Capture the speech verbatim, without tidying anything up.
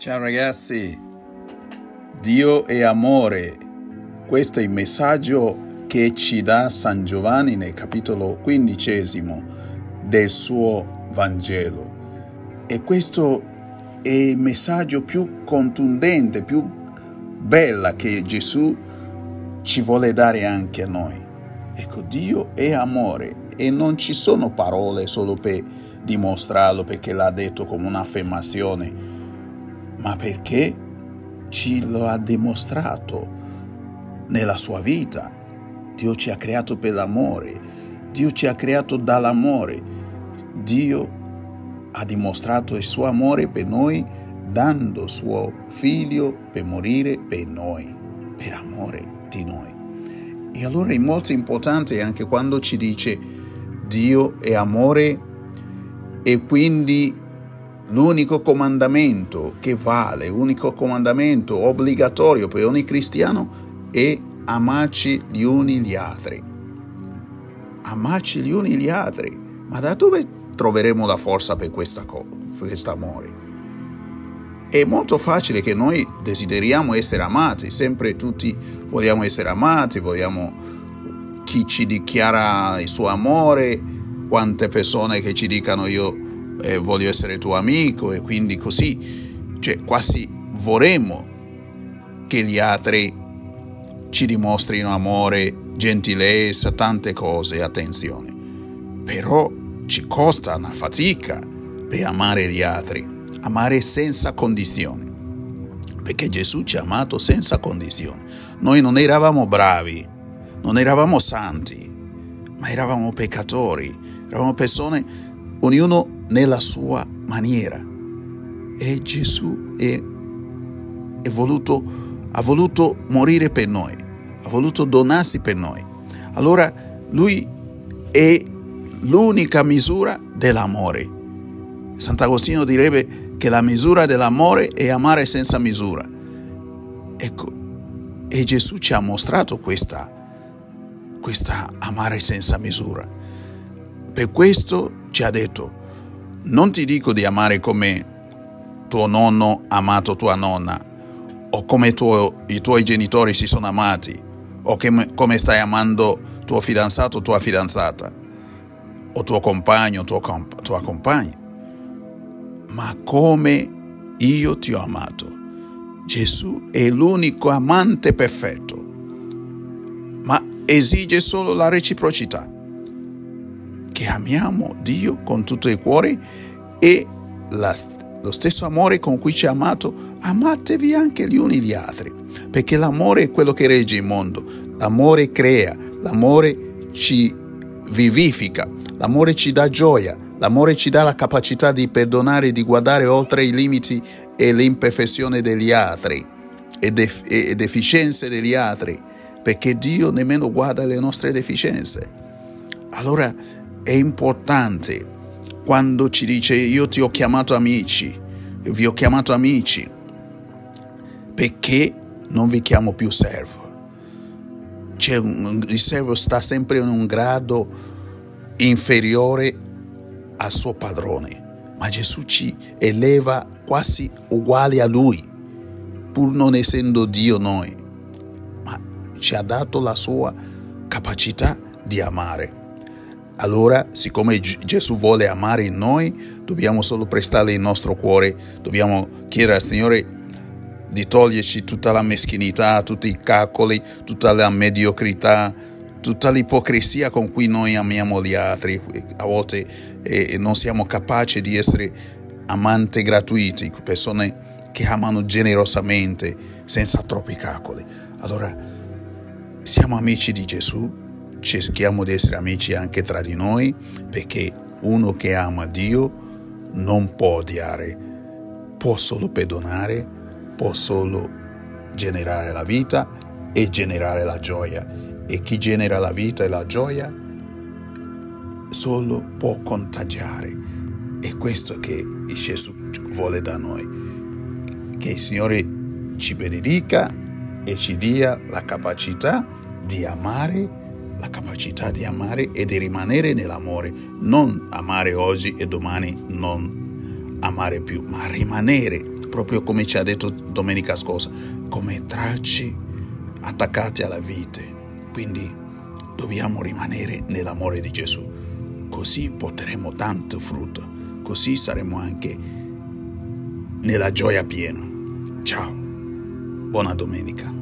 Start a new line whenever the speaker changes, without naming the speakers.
Ciao ragazzi, Dio è amore. Questo è il messaggio che ci dà San Giovanni nel capitolo quindicesimo del suo Vangelo. E questo è il messaggio più contundente, più bella che Gesù ci vuole dare anche a noi. Ecco, Dio è amore e non ci sono parole solo per dimostrarlo, perché l'ha detto come un'affermazione, ma perché ci lo ha dimostrato nella sua vita. Dio ci ha creato per l'amore, Dio ci ha creato dall'amore. Dio ha dimostrato il suo amore per noi dando suo figlio per morire per noi, per amore di noi. E allora è molto importante anche quando ci dice Dio è amore, e quindi l'unico comandamento che vale, l'unico comandamento obbligatorio per ogni cristiano è amarci gli uni gli altri. Amarci gli uni gli altri. Ma da dove troveremo la forza per questa cosa, per questo amore? È molto facile che noi desideriamo essere amati, sempre tutti vogliamo essere amati, vogliamo chi ci dichiara il suo amore, quante persone che ci dicano io eh, voglio essere tuo amico, e quindi così, cioè quasi vorremmo che gli altri ci dimostrino amore, gentilezza, tante cose, attenzione. Però ci costa una fatica per amare gli altri, amare senza condizioni, perché Gesù ci ha amato senza condizioni. Noi non eravamo bravi, non eravamo santi, ma eravamo peccatori, eravamo persone, ognuno nella sua maniera. E Gesù è, è voluto, ha voluto morire per noi, ha voluto donarsi per noi. Allora lui è l'unica misura dell'amore. Sant'Agostino direbbe che la misura dell'amore è amare senza misura. Ecco, e Gesù ci ha mostrato questa, questa amare senza misura. Per questo ci ha detto: non ti dico di amare come tuo nonno ha amato tua nonna, o come tuo, i tuoi genitori si sono amati, o che, come stai amando tuo fidanzato, tua fidanzata, o tuo compagno, tuo, tua compagna, ma come io ti ho amato. Gesù è l'unico amante perfetto, ma esige solo la reciprocità, che amiamo Dio con tutto il cuore, e la, lo stesso amore con cui ci ha amato, amatevi anche gli uni gli altri, perché l'amore è quello che regge il mondo. L'amore crea, l'amore ci vivifica, l'amore ci dà gioia, l'amore ci dà la capacità di perdonare e di guardare oltre i limiti e le imperfezioni degli altri e, def- e deficienze degli altri, perché Dio nemmeno guarda le nostre deficienze. Allora è importante quando ci dice io ti ho chiamato amici, vi ho chiamato amici, perché non vi chiamo più servo. C'è un, il servo sta sempre in un grado inferiore al suo padrone, ma Gesù ci eleva quasi uguali a lui, pur non essendo Dio noi, ma ci ha dato la sua capacità di amare. Allora, siccome Gesù vuole amare in noi, dobbiamo solo prestare il nostro cuore, dobbiamo chiedere al Signore di toglierci tutta la meschinità, tutti i calcoli, tutta la mediocrità, tutta l'ipocrisia con cui noi amiamo gli altri. A volte eh, non siamo capaci di essere amanti gratuiti, persone che amano generosamente, senza troppi calcoli. Allora, siamo amici di Gesù, cerchiamo di essere amici anche tra di noi, perché uno che ama Dio non può odiare, può solo perdonare, può solo generare la vita e generare la gioia. E chi genera la vita e la gioia solo può contagiare. È questo che Gesù vuole da noi. Che il Signore ci benedica e ci dia la capacità di amare, la capacità di amare e di rimanere nell'amore. Non amare oggi e domani non amare più, ma rimanere proprio come ci ha detto domenica scorsa, come tralci attaccati alla vite. Quindi dobbiamo rimanere nell'amore di Gesù, così porteremo tanto frutto, così saremo anche nella gioia piena. Ciao, buona domenica.